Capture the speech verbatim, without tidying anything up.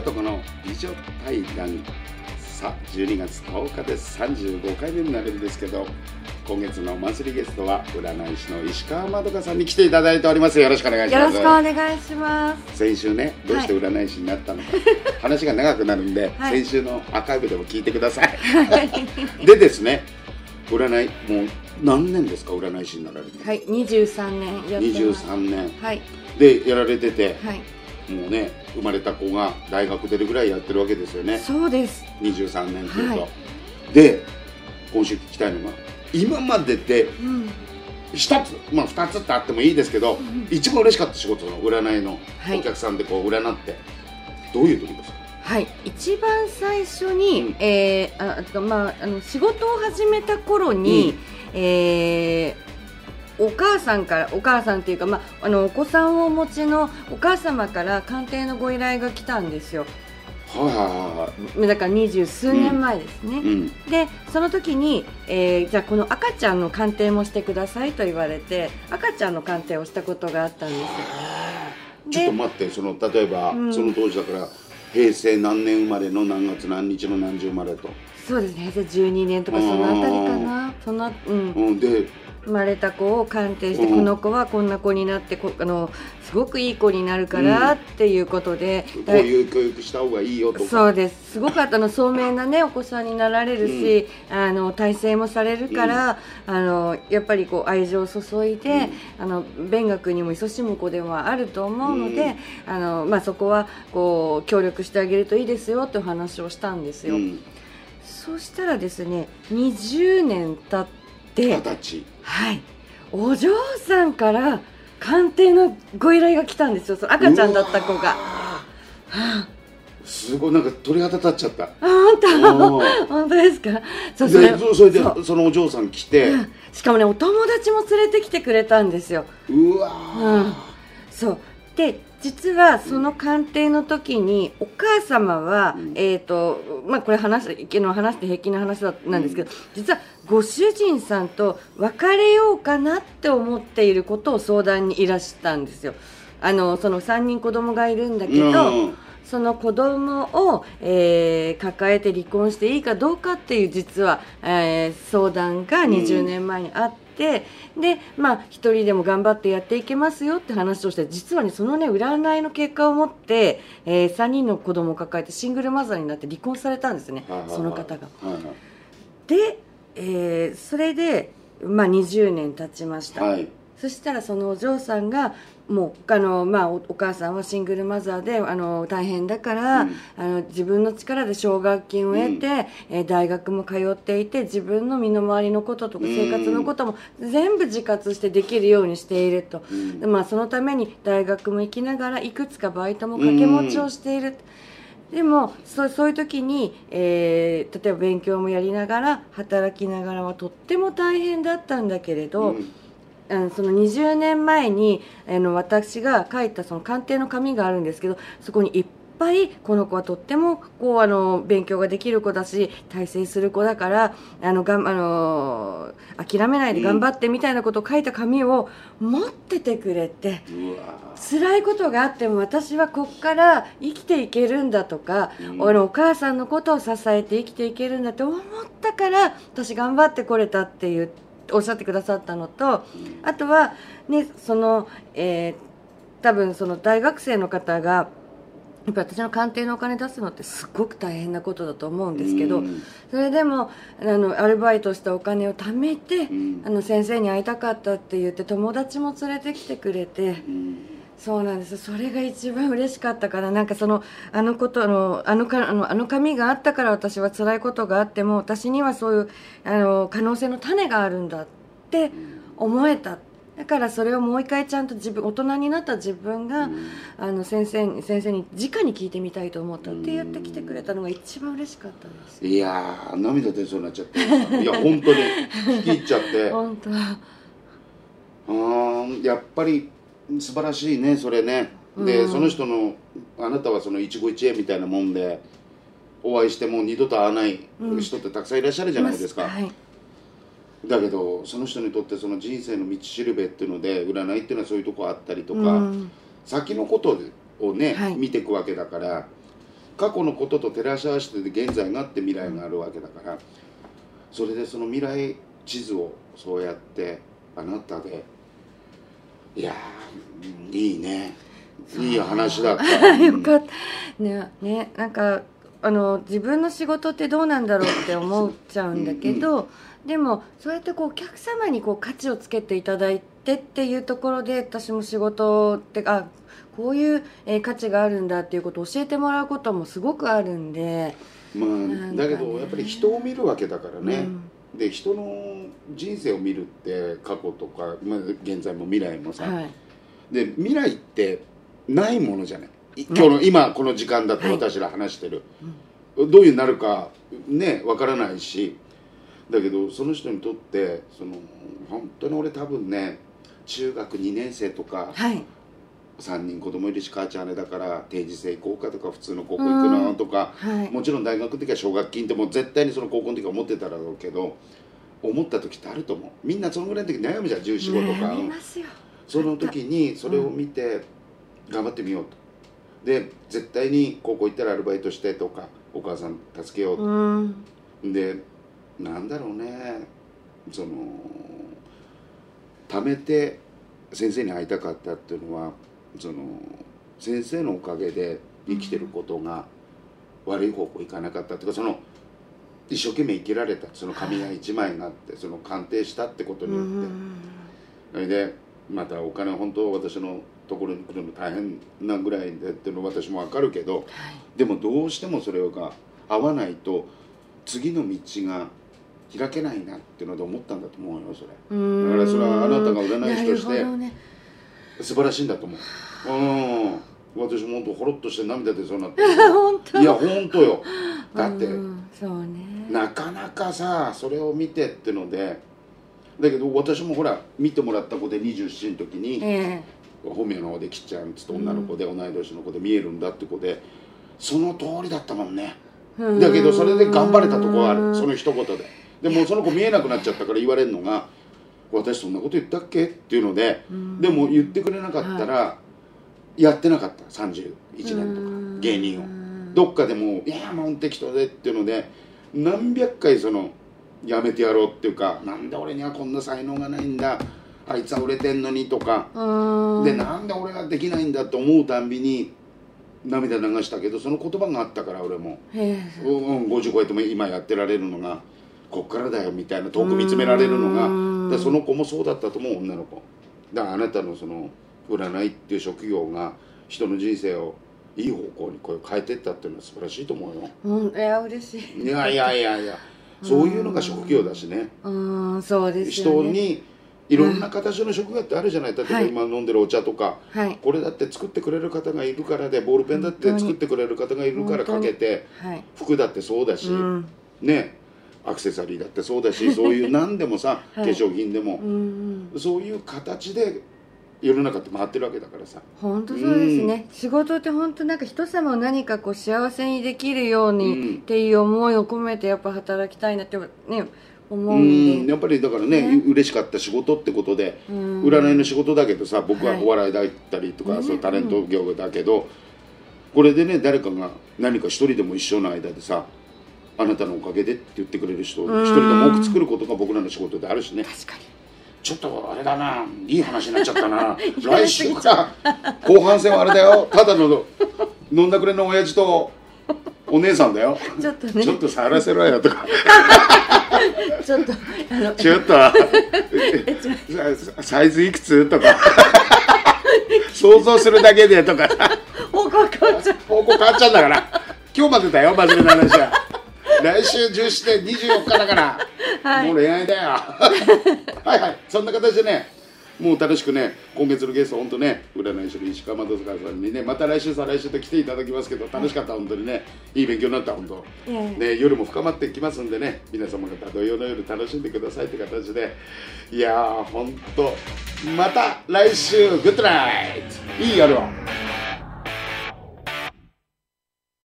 男の美女対談。さあじゅうにがつとおかです。さんじゅうごかいめになるんですけど、今月のマンスリーゲストは占い師の石川まどかさんに来ていただいております。よろしくお願いします。 よろしくお願いします。 先週ね、どうして占い師になったのか、はい、話が長くなるんで、はい、先週のアーカイブでも聞いてください、はい、でですね、占いもう何年ですか、占い師になられて。 はい、にじゅうさんねんやってます。 にじゅうさんねん、 はい、 でやられてて、 はい、 もうね、生まれた子が大学出るぐらいやってるわけですよね。 そうです。 にじゅうさんねんっていうと、はい、で今週聞きたいのが、今まででひとつ、まあふたつってあってもいいですけど、うん、一番嬉しかった仕事の占いのお客さんでこう占って、はい、どういう時ですか。 はい、一番最初に、うん、えー、あまあ、あの仕事を始めた頃に、うん、えーお母さんからお母さんっていうか、まあ、あのお子さんをお持ちのお母様から鑑定のご依頼が来たんですよ。 はいはいはいはい。 だから二十数年前ですね、 うんうん、 でその時に、えー、じゃあこの赤ちゃんの鑑定もしてくださいと言われて、赤ちゃんの鑑定をしたことがあったんですよ。 ちょっと待って、その例えば、うん、その当時だから平成何年生まれの何月何日の何時生まれと。 そうですね、平成じゅうにねんとかそのあたりかな。その、うん、 うん、で生まれた子を鑑定して、うん、この子はこんな子になってこあのすごくいい子になるからっていうことで、 うん、こういう教育した方がいいよとか。 そうです。すごくあの聡明な、ね、お子さんになられるし、うん、あの大成もされるから、うん、あのやっぱりこう愛情を注いで、うん、あの勉学にも勤しむ子ではあると思うので、うん、あのまあ、そこはこう協力してあげるといいですよという話をしたんですよ、うん、そしたらですね、にじゅうねん経って二十歳、 はい、お嬢さんから鑑定のご依頼が来たんですよ。その赤ちゃんだった子が、はあ、すごい、なんか鳥肌立っちゃった。あ、 本当本当ですか。 そう、それでそれでそのお嬢さん来て、うん、 しかもね、お友達も連れてきてくれたんですよ。 うわ、 うん、そうで、実はその鑑定の時にお母様は、うん、えーとまあ、これ話して話して平気な話なんですけど、うん、実はご主人さんと別れようかなって思っていることを相談にいらしたんですよ。あのそのさんにん子供がいるんだけど、うん、その子供を、えー、抱えて離婚していいかどうかっていう実は、えー、相談がにじゅうねんまえにあって、うん、でまあ一人でも頑張ってやっていけますよって話をして、実はね、そのね占いの結果をもって、えー、さんにんの子供を抱えてシングルマザーになって離婚されたんですね、はいはいはい、その方が、はいはい、で、えー、それで、まあ、にじゅうねん経ちました、はい、そしたらそのお嬢さんがもうあの、まあ、お, お母さんはシングルマザーであの大変だから、うん、あの自分の力で奨学金を得て、うん、えー、大学も通っていて、自分の身の回りのこととか生活のことも全部自活してできるようにしていると、うん、でまあ、そのために大学も行きながらいくつかバイトも掛け持ちをしている、うん、でも そ, そういう時に、えー、例えば勉強もやりながら働きながらはとっても大変だったんだけれど、うん、あのそのにじゅうねんまえにあの私が書いたその鑑定の紙があるんですけど、そこにいっぱいこの子はとってもこうあの勉強ができる子だし大成する子だからあのがんあの諦めないで頑張ってみたいなことを書いた紙を持っててくれて、うん、辛いことがあっても私はここから生きていけるんだとか、うん、あのお母さんのことを支えて生きていけるんだって思ったから私頑張ってこれたって言っておっしゃってくださったのと、あとは、ね、その、えー、多分その大学生の方がやっぱ私の鑑定のお金出すのってすごく大変なことだと思うんですけど、それでもあのアルバイトしたお金を貯めて、あの先生に会いたかったって言って友達も連れてきてくれて、そうなんです。それが一番嬉しかったから、なんかそのあのことあのあのかあのあの紙があったから私は辛いことがあっても私にはそういうあの可能性の種があるんだって思えた。だからそれをもう一回ちゃんと自分大人になった自分が、うん、あの先生に先生に直に聞いてみたいと思ったって言ってきてくれたのが一番嬉しかったんです。 いやー、涙出そうになっちゃっていや本当に聞き入っちゃって本当あーやっぱり素晴らしいね、それね。で、うん、その人のあなたはその一期一会みたいなもんでお会いしても二度と会わない人ってたくさんいらっしゃるじゃないですか、うん、はい、だけどその人にとってその人生の道しるべっていうので占いっていうのはそういうとこあったりとか、うん、先のことをね、はい、見ていくわけだから、 過去のことと照らし合わせて現在があって未来があるわけだから、それでその未来地図をそうやってあなたで、いやーいいね、いい話だった。 よかったね。ね、なんかあの自分の仕事ってどうなんだろうって思っちゃうんだけど、うんうん、でもそうやってこうお客様にこう価値をつけていただいてっていうところで、私も仕事ってあこういう、えー、価値があるんだっていうことを教えてもらうこともすごくあるんで、 まあ、ね、だけどやっぱり人を見るわけだからね、うん、で人の人生を見るって過去とか、まあ、現在も未来もさ、はい、で未来ってないものじゃない。今日の、ね、今この時間だと私ら話してる、はい、どういうになるかねわからないし、だけどその人にとってその本当に俺多分ね中学にねん生とか、はい、さんにん子供いるし母ちゃんあれだから定時制行こうかとか普通の高校行くのとか、はい、もちろん大学の時は奨学金ってもう絶対にその高校の時は思ってただろうけど、思った時ってあると思う。みんなそのぐらいの時悩むじゃん、じゅうよん、ごとか。悩みますよ。その時にそれを見て頑張ってみようと。で絶対に高校行ったらアルバイトしてとかお母さん助けようと、うん、でなんだろうね、その貯めて先生に会いたかったっていうのはその先生のおかげで生きてることが悪い方向行かなかったっていうか、その一生懸命生きられた、その紙が一枚があってその鑑定したってことによって、うん、それでまたお金本当私のところに来るの大変なぐらいでっていうのは私も分かるけど、はい、でもどうしてもそれが合わないと次の道が開けないなっていうので思ったんだと思うよ、それ。だからそれはあなたが占い師として素晴らしいんだと思う。うん、私も本当ほろっとして涙出そうになって本当？ いや本当よ。だってそうね、 なかなかさそれを見てってので、だけど私もほら見てもらった子でにじゅうななの時に、えー、本名の方できっちゃんつって女の子で、うん、同い年の子で見えるんだって子でその通りだったもんね。だけどそれで頑張れたとこはある、その一言で。でもその子見えなくなっちゃったから言われるのが「私そんなこと言ったっけ?」っていうので、でも言ってくれなかったらやってなかった、さんじゅういちねんとか芸人をどっかでも「いやもう適当で」っていうので何百回そのやめてやろうっていうか、なんで俺にはこんな才能がないんだ、あいつは売れてんのにとかで、なんで俺ができないんだと思うたんびに涙流したけど、その言葉があったから俺も、うん、ごじゅう超えても今やってられるのがこっからだよみたいな遠く見つめられるのが、でその子もそうだったと思う、女の子だから。あなたのその占いっていう職業が人の人生をいい方向にこう変えていったっていうのは素晴らしいと思うよ。 うん、いや嬉しい。 いやいやいやいや、そういうのが職業だしね。 うん、そうですよね。 人にいろんな形の職業ってあるじゃない。例えば今飲んでるお茶とか、はい、これだって作ってくれる方がいるからで、ボールペンだって作ってくれる方がいるからかけて、はい、服だってそうだし、うん、ね、アクセサリーだってそうだし、そういう何でもさ、はい、化粧品でも、うんうん、そういう形で世の中って回ってるわけだからさ。 本当そうですね、うん、仕事って本当なんか人様を何かこう幸せにできるようにっていう思いを込めてやっぱ働きたいなってね思うんで、 うん、やっぱりだからね、ね、嬉しかった仕事ってことで、うん、占いの仕事だけどさ、僕はお笑いだったりとか、はい、そうタレント業だけど、うん、これでね誰かが何か一人でも一生の間でさ、あなたのおかげでって言ってくれる人を一人でも多く作ることが僕らの仕事であるしね。 確かにちょっとあれだな、いい話になっちゃったな来週から後半戦はあれだよ、ただの飲んだくれの親父とお姉さんだよ。 ちょっとね、 ちょっと触らせろよとかちょっとあのちょっとサイズいくつとか想像するだけでとか方向変わっちゃう方向変わっちゃうんだから、今日までだよ真面目な話は来週じゅうしちでにじゅうよっかだから、はい、もう恋愛だよはいはい、そんな形でね、もう楽しくね、今月のゲスト本当ね、占い師の石川窓塚さんにね、また来週再来週と来ていただきますけど、楽しかった、本当にね、いい勉強になった本当、ね、夜も深まってきますんでね、皆様方土曜の夜楽しんでくださいって形で、いやー本当また来週グッドナイト、いい夜を。